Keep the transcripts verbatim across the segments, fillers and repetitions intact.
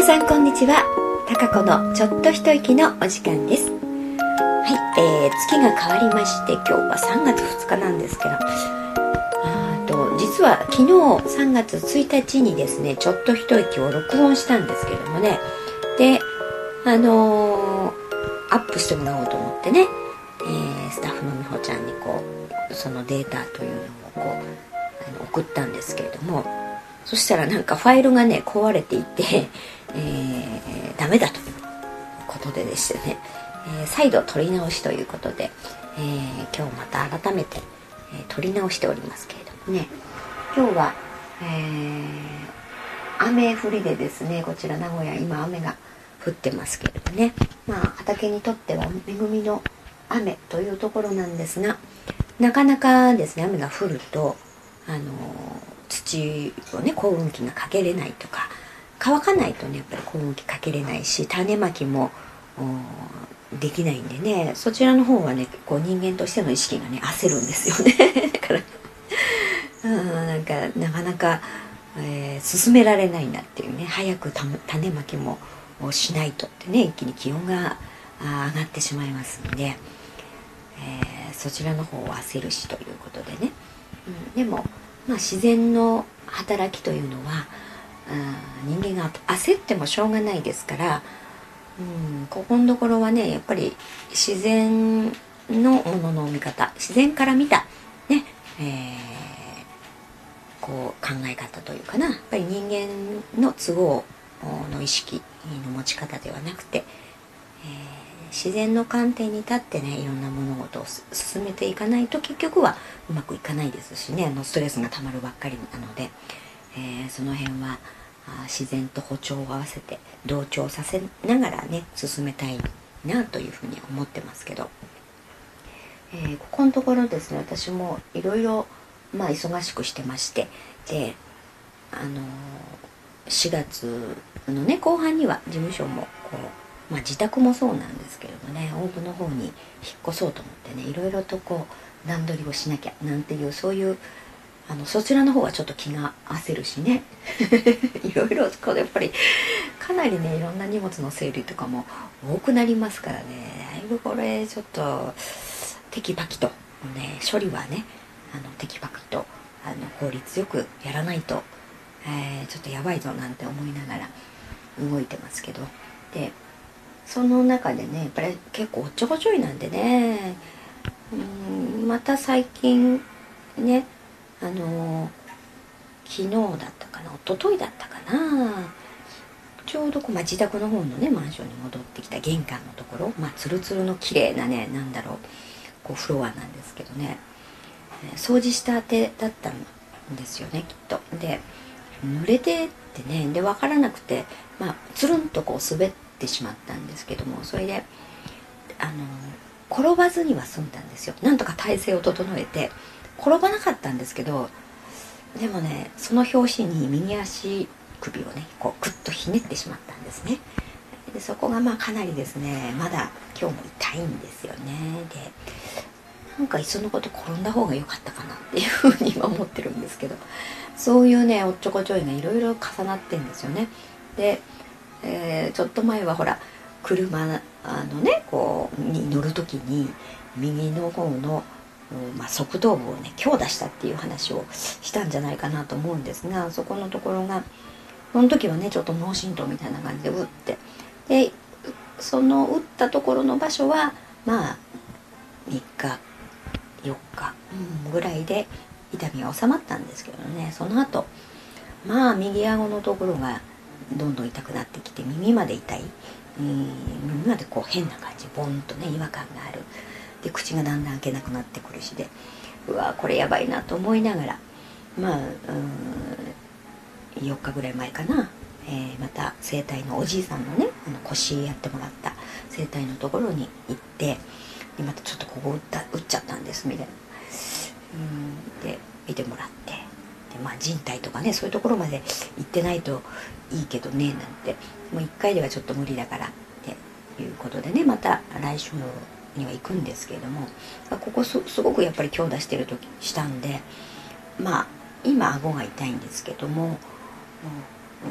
さんこんにちは。たかこのちょっと一息のお時間です。はい、えー、月が変わりまして今日はさんがつふつかなんですけど、あと実は昨日さんがつついたちにですねちょっと一息を録音したんですけどもね、であのー、アップしてもらおうと思ってね、えー、スタッフのみほちゃんにこうそのデータというのをこうあの送ったんですけれども、そしたらなんかファイルがね壊れていて、えー、ダメだということででしてね、えー、再度撮り直しということで、えー、今日また改めて、えー、撮り直しておりますけれどもね、今日は、えー、雨降りでですね、こちら名古屋今雨が降ってますけれどもね、まあ畑にとっては恵みの雨というところなんですが、なかなかですね雨が降るとあの土をね耕運機がかけれないとか、乾かないとねやっぱり耕運機かけれないし、種まきもできないんでね、そちらの方はねこう人間としての意識がね焦るんですよねだからうんなんかなかなか、えー、進められないなっていうね、早く種まきもしないとってね、一気に気温が上がってしまいますんで、えー、そちらの方を焦るしということでね、うん、でも、まあ、自然の働きというのは人間が焦ってもしょうがないですから、うん、ここのところはねやっぱり自然のものの見方、自然から見た、ねえー、こう考え方というかな、やっぱり人間の都合の意識の持ち方ではなくて、えー、自然の観点に立ってねいろんな物事を進めていかないと結局はうまくいかないですしね、あのストレスがたまるばっかりなので、えー、その辺は自然と歩調を合わせて同調させながらね進めたいなというふうに思ってますけど、えー、ここのところですね私もいろいろまあ忙しくしてまして、であのー、しがつのね後半には事務所もこう、まあ、自宅もそうなんですけれどもね大部の方に引っ越そうと思ってねいろいろとこう段取りをしなきゃなんていう、そういうあのそちらの方はちょっと気が焦るしねいろいろこうやっぱりかなりねいろんな荷物の整理とかも多くなりますからね、だいぶこれちょっとテキパキと、ね、処理はねあのテキパキとあの効率よくやらないと、えー、ちょっとやばいぞなんて思いながら動いてますけど、でその中でねやっぱり結構おっちょこちょいなんでね、うんまた最近ねあの昨日だったかな一昨日だったかな、ちょうどこう、まあ、自宅の方のねマンションに戻ってきた玄関のところ、まあツルツルの綺麗なねなんだろうこうフロアなんですけどね、えー、掃除したてだったんですよねきっと。で濡れてってねで分からなくて、まあつるんとこう滑ってしまったんですけども、それであの転ばずには済んだんですよ。なんとか体勢を整えて転ばなかったんですけど、でもねその拍子に右足首をねこうクッとひねってしまったんですね。でそこがまあかなりですねまだ今日も痛いんですよね。でなんかいっそのこと転んだ方が良かったかなっていうふうに今思ってるんですけど、そういうねおっちょこちょいがいろいろ重なってんですよね。で、えー、ちょっと前はほら車あのねこうに乗る時に右の方のまあ、側頭部をね強打したっていう話をしたんじゃないかなと思うんですが、そこのところがその時はねちょっと脳震盪みたいな感じで打って、でその打ったところの場所はまあみっかよっか、うん、ぐらいで痛みが収まったんですけどね、その後まあ右顎のところがどんどん痛くなってきて耳まで痛い、うん、耳までこう変な感じボンとね違和感がある。で口がだんだん開けなくなってくるしで、うわこれやばいなと思いながら、まあうんよっかぐらい前かな、えー、また整体のおじいさんのねあの腰やってもらった整体のところに行って、でまたちょっとここ打った打っちゃったんですみたいな、うんで見てもらって、でまあ靭帯とかねそういうところまで行ってないといいけどねなんて、もういっかいではちょっと無理だからっていうことでねまた来週のには行くんですけれども、ここ す, すごくやっぱり強打してる時したんで、まあ今顎が痛いんですけども、うん、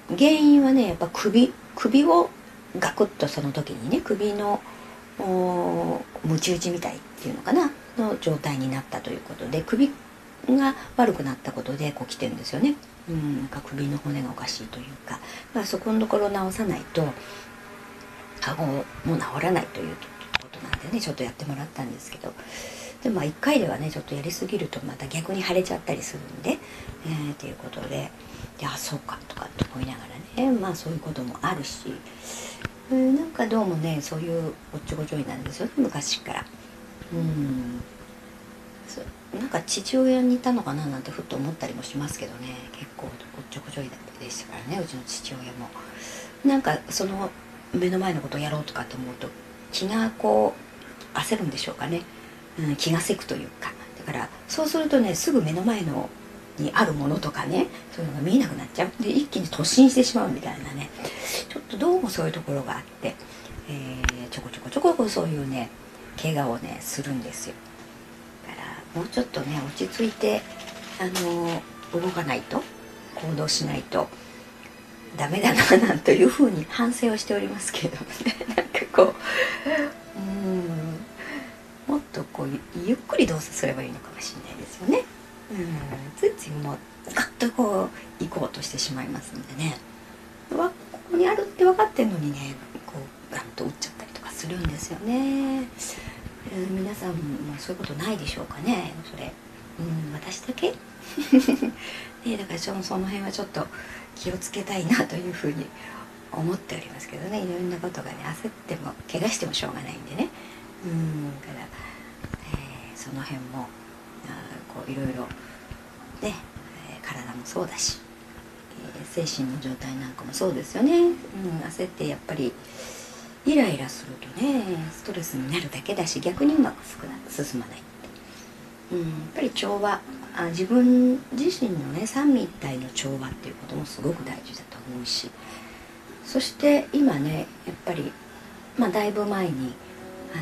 原因はねやっぱ首首をガクッとその時にね首のムチ打ちみたいっていうのかなの状態になったということで、首が悪くなったことでこう来てるんですよね。うん、なんか首の骨がおかしいというか、まあ、そこのところを直さないと顎も治らないということなんでねちょっとやってもらったんですけど、でもまあいっかいではねちょっとやりすぎるとまた逆に腫れちゃったりするんで、えー、ということで、いやそうかとかって思いながらね、まあそういうこともあるし、えー、なんかどうもねそういうおっちょこちょいなんですよね昔から。うんなんか父親にいたのかななんてふっと思ったりもしますけどね、結構おっちょこちょいでしたからねうちの父親も。なんかその目の前のことをやろうとかと思うと気がこう焦るんでしょうかね、うん、気がせくというか、だからそうするとねすぐ目の前のにあるものとかねそういうのが見えなくなっちゃうで一気に突進してしまうみたいなね、ちょっとどうもそういうところがあって、えー、ちょこちょこちょこそういうね怪我をねするんですよ。だからもうちょっとね落ち着いてあの動かないと行動しないとダメだななんというふうに反省をしておりますけどねなんかこううんもっとこうゆっくり動作すればいいのかもしれないですよね。うんついついもうガッとこう行こうとしてしまいますんでね、わここにあるって分かってんのにねこうガンと打っちゃったりとかするんですよね。えー、皆さんもそういうことないでしょうかねそれ。うん私だけね、だからそのその辺はちょっと気をつけたいなというふうに思っておりますけどね、いろんなことがね焦っても怪我してもしょうがないんでね、うんだから、えー、その辺もあこういろいろね、えー、体もそうだし、えー、精神の状態なんかもそうですよね、うん、焦ってやっぱりイライラするとねストレスになるだけだし逆にうまく進まない。うん、やっぱり調和あ自分自身のね三位一体の調和っていうこともすごく大事だと思うし、そして今ねやっぱり、まあ、だいぶ前に、あ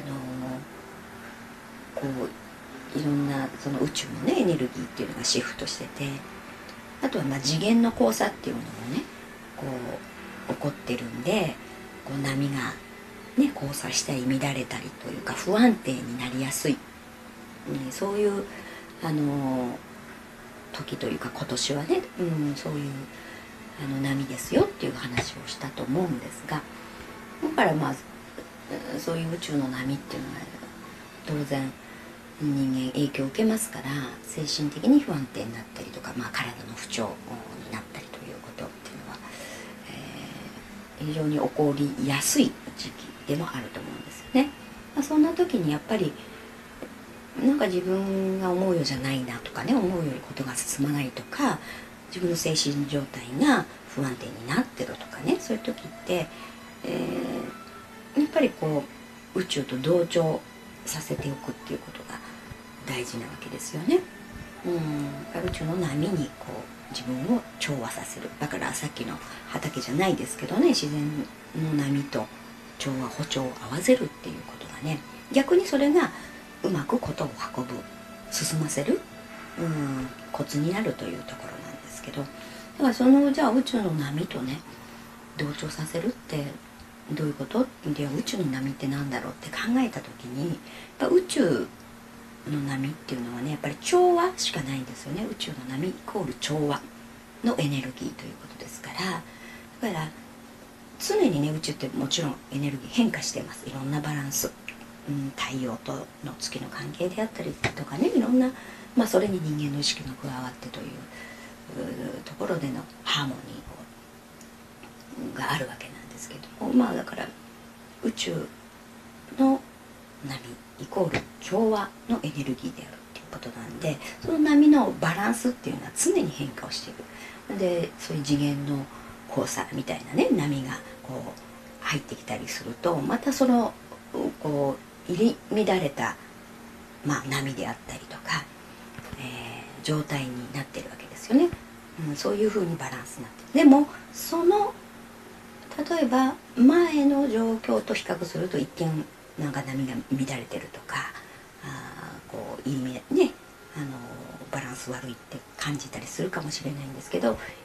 のー、こういろんなその宇宙のねエネルギーっていうのがシフトしてて、あとはまあ次元の交差っていうのもねこう起こってるんで、こう波が、ね、交差したり乱れたりというか不安定になりやすい、ね、そういうあの時というか今年はね、うん、そういうあの波ですよっていう話をしたと思うんですが、だからまあそういう宇宙の波っていうのは当然人間影響を受けますから、精神的に不安定になったりとか、まあ、体の不調になったりということっていうのは、えー、非常に起こりやすい時期でもあると思うんですよね。まあ、そんな時にやっぱりなんか自分が思うようじゃないなとかね、思うよりことが進まないとか、自分の精神状態が不安定になってるとかね、そういう時って、えー、やっぱりこう宇宙と同調させておくっていうことが大事なわけですよね。うん、宇宙の波にこう自分を調和させる。だからさっきの畑じゃないですけどね、自然の波と調和歩調を合わせるっていうことがね、逆にそれがうまくことを運ぶ、進ませる、うん、コツになるというところなんですけど、だからそのじゃあ宇宙の波とね同調させるってどういうこと？では宇宙の波って何だろうって考えた時に、やっぱ宇宙の波っていうのはねやっぱり調和しかないんですよね。宇宙の波イコール調和のエネルギーということですから、だから常にね宇宙ってもちろんエネルギー変化してます。いろんなバランス、うん、太陽との月の関係であったりとかね、いろんな、まあ、それに人間の意識が加わってというところでのハーモニーがあるわけなんですけども、まあだから宇宙の波イコール調和のエネルギーであるっていうことなんで、その波のバランスっていうのは常に変化をしている。でそういう次元の交差みたいなね波がこう入ってきたりすると、またそのこう入り乱れた、まあ、波であったりとか、えー、状態になってるわけですよね、うん、そういうふうにバランスになってる。でもその例えば前の状況と比較すると一見なんか波が乱れてるとか、あこう入りねあのバランス悪いって感じたりするかもしれないんですけど、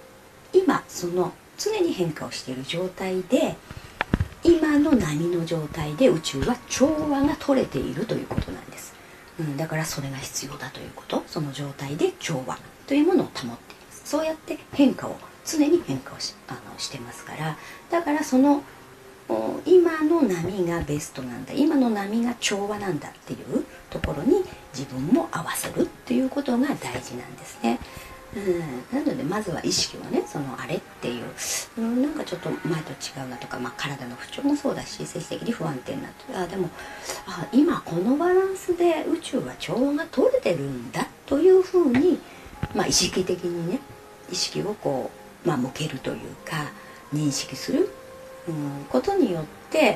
今その常に変化をしている状態で、今の波の状態で宇宙は調和が取れているということなんです、うん、だからそれが必要だということ、その状態で調和というものを保っています。そうやって変化を常に変化を し, あのしてますから、だからその今の波がベストなんだ、今の波が調和なんだっていうところに自分も合わせるっていうことが大事なんですね。うん、なのでまずは意識をね、そのあれっていう、うん、なんかちょっと前と違うなとか、まあ、体の不調もそうだし、精神的に不安定になってあでもあ今このバランスで宇宙は調和が取れてるんだというふうに、まあ、意識的にね、意識をこう、まあ、向けるというか認識する、うん、ことによって、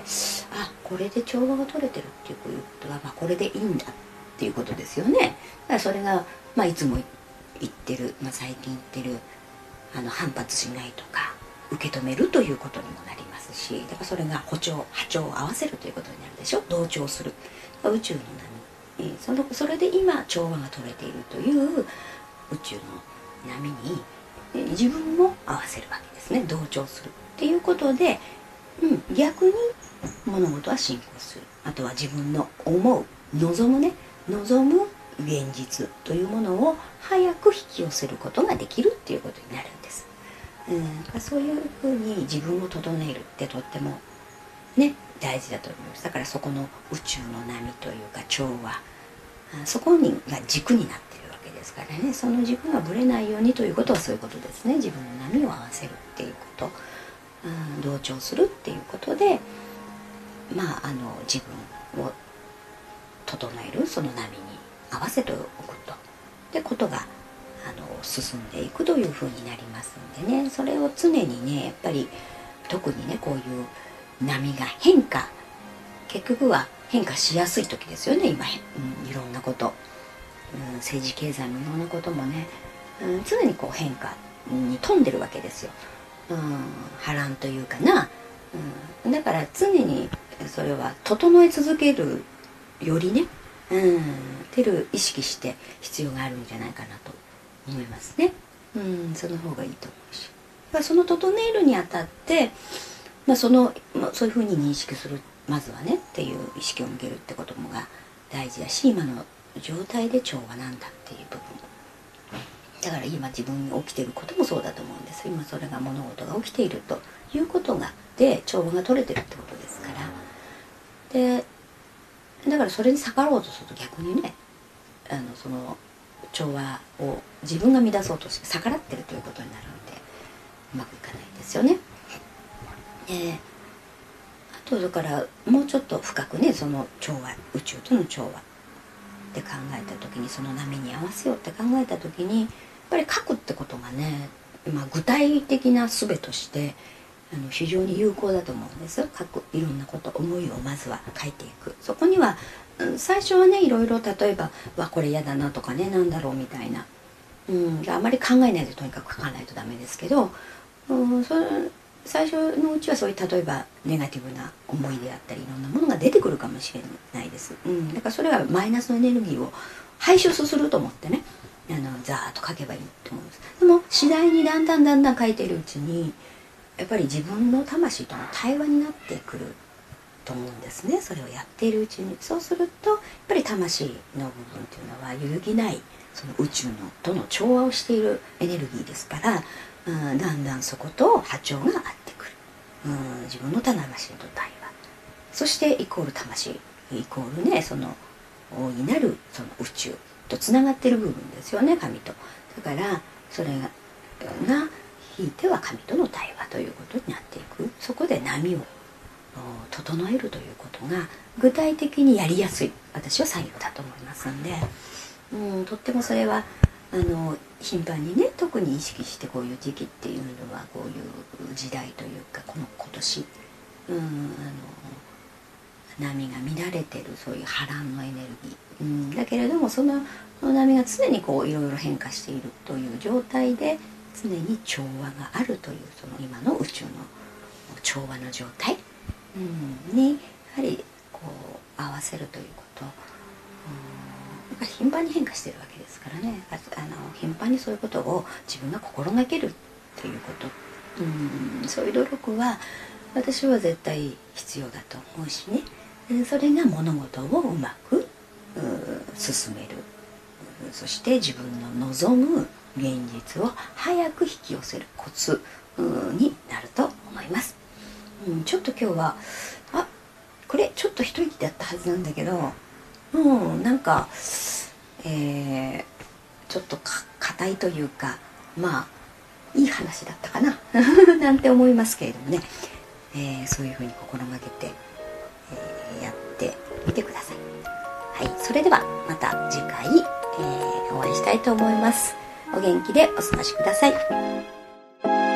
あこれで調和が取れてるっていうことは、まあ、これでいいんだっていうことですよね。だからそれが、まあ、いつも言ってる、まあ、最近言ってるあの反発しないとか受け止めるということにもなりますし、だからそれが歩調波長を合わせるということになるでしょ。同調する、宇宙の波、そのそれで今調和が取れているという宇宙の波に自分も合わせるわけですね。同調するっていうことで、うん、逆に物事は進行する。あとは自分の思う望むね望む現実というものを早く引き寄せることができるっていうことになるんです、うん、そういうふうに自分を整えるってとってもね大事だと思います。だからそこの宇宙の波というか調和、そこにが軸になっているわけですからね。その軸がぶれないようにということはそういうことですね。自分の波を合わせるっていうこと、うん、同調するっていうことで、まああの自分を整える、その波に合わせておくとでことがあの進んでいくというふうになりますんでね、それを常にねやっぱり特にねこういう波が変化、結局は変化しやすい時ですよね今、うん、いろんなこと、うん、政治経済もいろんなこともね、うん、常にこう変化に富んでるわけですよ、うん、波乱というかな、うん、だから常にそれは整え続けるよりね、うん、てる意識して必要があるんじゃないかなと思いますね。うん、その方がいいと思うし、その整えるにあたって、まあ、そのそういうふうに認識する、まずはねっていう意識を向けるってこともが大事だし、今の状態で調和なんだっていう部分だから、今自分に起きていることもそうだと思うんです。今それが物事が起きているということがで調和が取れてるってことですから、でだからそれに逆らおうとすると逆にね、あのその調和を自分が乱そうとして逆らってるということになるのでうまくいかないですよね。であとだからもうちょっと深くね、その調和、宇宙との調和って考えた時に、その波に合わせようって考えた時にやっぱり書くってことがね、まあ、具体的な術としてあの非常に有効だと思うんですよ。書く、いろんなこと、思いをまずは書いていく。そこには、うん、最初はねいろいろ例えば「わこれ嫌だな」とかね、なんだろうみたいな、うん、あまり考えないでとにかく書かないとダメですけど、うん、それ最初のうちはそういう例えばネガティブな思いであったりいろんなものが出てくるかもしれないです、うん、だからそれはマイナスのエネルギーを排出すると思ってね、あのザーッと書けばいいと思うんです。でも次第にだんだんだんだん書いているうちにやっぱり自分の魂との対話になってくると思うんですね。それをやっているうちに、そうするとやっぱり魂の部分っていうのは揺るぎないその宇宙のとの調和をしているエネルギーですから、うん、だんだんそこと波長が合ってくる、うん、自分の魂と対話、そしてイコール魂イコールね、その大いなるその宇宙とつながっている部分ですよね、神と。だからそれががひいては神との対話ということになっていく。そこで波を整えるということが具体的にやりやすい、私は作業だと思いますんで、うん、とってもそれはあの頻繁にね、特に意識してこういう時期っていうのはこういう時代というか、この今年、うん、あの波が乱れてるそういう波乱のエネルギー、うん、だけれどもその波が常にこういろいろ変化しているという状態で常に調和があるという、その今の宇宙の調和の状態、うん、にやはりこう合わせるということ、うん、頻繁に変化してるわけですからね、あの頻繁にそういうことを自分が心がけるっっていうこと、うん、そういう努力は私は絶対必要だと思うしね。それが物事をうまく進める、そして自分の望む現実を早く引き寄せるコツになると思います。うん、ちょっと今日はあこれちょっと一息だったはずなんだけど、うん、なんか、えー、ちょっと硬いというか、まあいい話だったかななんて思いますけれどもね、えー、そういうふうに心がけて、えー、やってみてください。はい、それではまた次回、えー、お会いしたいと思います。お元気でお過ごしください。